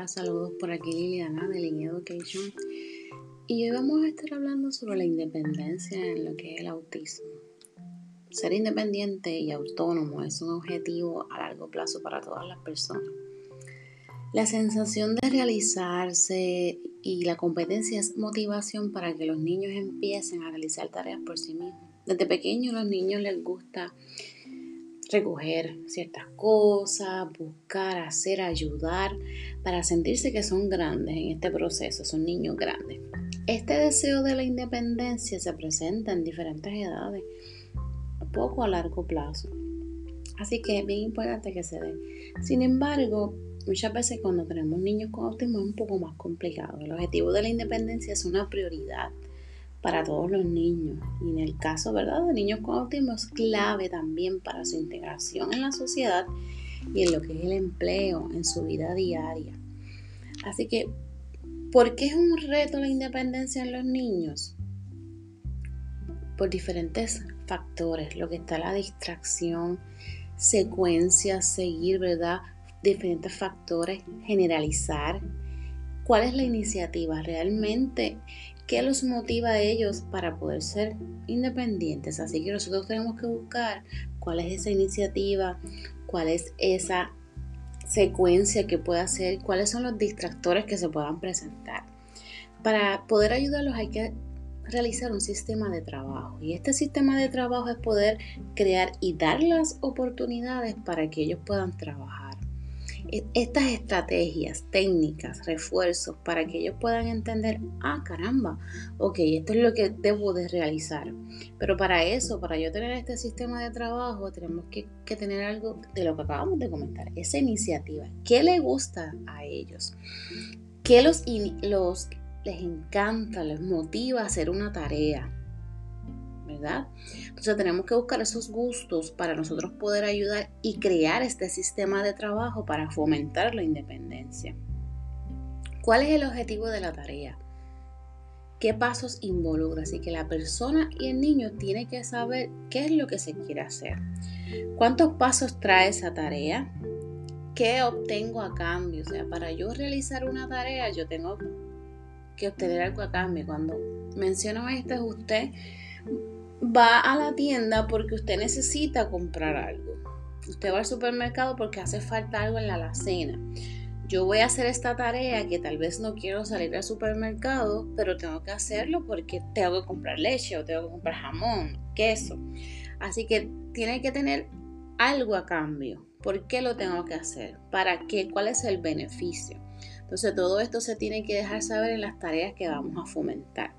Hola, saludos por aquí Liliana de Lean Education y hoy vamos a estar hablando sobre la independencia en lo que es el autismo. Ser independiente y autónomo es un objetivo a largo plazo para todas las personas. La sensación de realizarse y la competencia es motivación para que los niños empiecen a realizar tareas por sí mismos. Desde pequeños los niños les gusta recoger ciertas cosas, buscar, hacer, ayudar, para sentirse que son grandes en este proceso, son niños grandes. Este deseo de la independencia se presenta en diferentes edades, a poco a largo plazo. Así que es bien importante que se dé. Sin embargo, muchas veces cuando tenemos niños con autismo es un poco más complicado. El objetivo de la independencia es una prioridad para todos los niños, y en el caso, ¿verdad?, de niños con autismo es clave también para su integración en la sociedad y en lo que es el empleo, en su vida diaria. Así que, ¿por qué es un reto la independencia en los niños? Por diferentes factores, lo que está la distracción, secuencias, seguir, ¿verdad?, diferentes factores, generalizar. ¿Cuál es la iniciativa? Realmente, ¿qué los motiva a ellos para poder ser independientes? Así que nosotros tenemos que buscar cuál es esa iniciativa, cuál es esa secuencia que puede hacer, cuáles son los distractores que se puedan presentar. Para poder ayudarlos hay que realizar un sistema de trabajo, y este sistema de trabajo es poder crear y dar las oportunidades para que ellos puedan trabajar. Estas estrategias, técnicas, refuerzos para que ellos puedan entender, caramba, ok, esto es lo que debo de realizar. Pero para eso, para yo tener este sistema de trabajo, tenemos que tener algo de lo que acabamos de comentar, esa iniciativa. ¿Qué les gusta a ellos? ¿Qué les encanta, les motiva a hacer una tarea? ¿Verdad? Entonces tenemos que buscar esos gustos para nosotros poder ayudar y crear este sistema de trabajo para fomentar la independencia. ¿Cuál es el objetivo de la tarea? ¿Qué pasos involucra? Así que la persona y el niño tienen que saber qué es lo que se quiere hacer. ¿Cuántos pasos trae esa tarea? ¿Qué obtengo a cambio? O sea, para yo realizar una tarea, yo tengo que obtener algo a cambio. Cuando menciono esto, es usted va a la tienda porque usted necesita comprar algo. Usted va al supermercado porque hace falta algo en la alacena. Yo voy a hacer esta tarea que tal vez no quiero salir al supermercado, pero tengo que hacerlo porque tengo que comprar leche o tengo que comprar jamón, queso. Así que tiene que tener algo a cambio. ¿Por qué lo tengo que hacer? ¿Para qué? ¿Cuál es el beneficio? Entonces todo esto se tiene que dejar saber en las tareas que vamos a fomentar.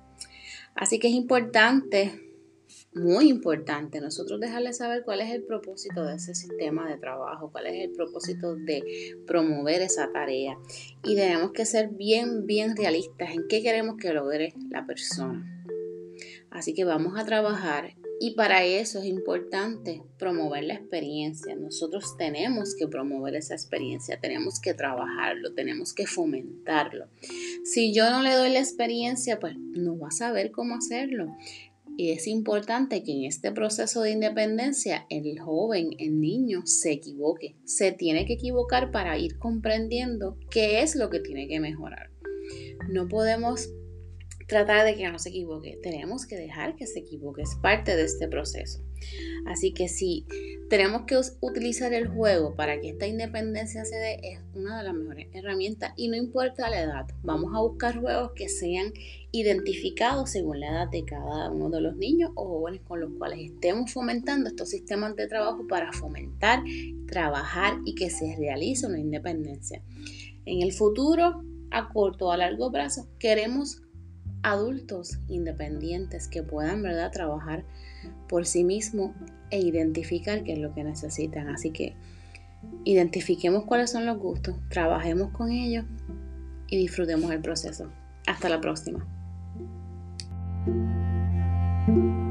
Así que es importante, muy importante, nosotros dejarles saber cuál es el propósito de ese sistema de trabajo, cuál es el propósito de promover esa tarea. Y tenemos que ser bien realistas en qué queremos que logre la persona. Así que vamos a trabajar, y para eso es importante promover la experiencia. Nosotros tenemos que promover esa experiencia, tenemos que trabajarlo, tenemos que fomentarlo. Si yo no le doy la experiencia, pues no va a saber cómo hacerlo. Y es importante que en este proceso de independencia el joven, el niño, se equivoque. Se tiene que equivocar para ir comprendiendo qué es lo que tiene que mejorar. No podemos tratar de que no se equivoque. Tenemos que dejar que se equivoque. Es parte de este proceso. Así que si tenemos que utilizar el juego para que esta independencia se dé, es una de las mejores herramientas, y no importa la edad. Vamos a buscar juegos que sean identificados según la edad de cada uno de los niños o jóvenes con los cuales estemos fomentando estos sistemas de trabajo para fomentar, trabajar y que se realice una independencia. En el futuro, a corto o a largo plazo, queremos adultos independientes que puedan, ¿verdad?, trabajar por sí mismos e identificar qué es lo que necesitan. Así que identifiquemos cuáles son los gustos, trabajemos con ellos y disfrutemos el proceso. Hasta la próxima.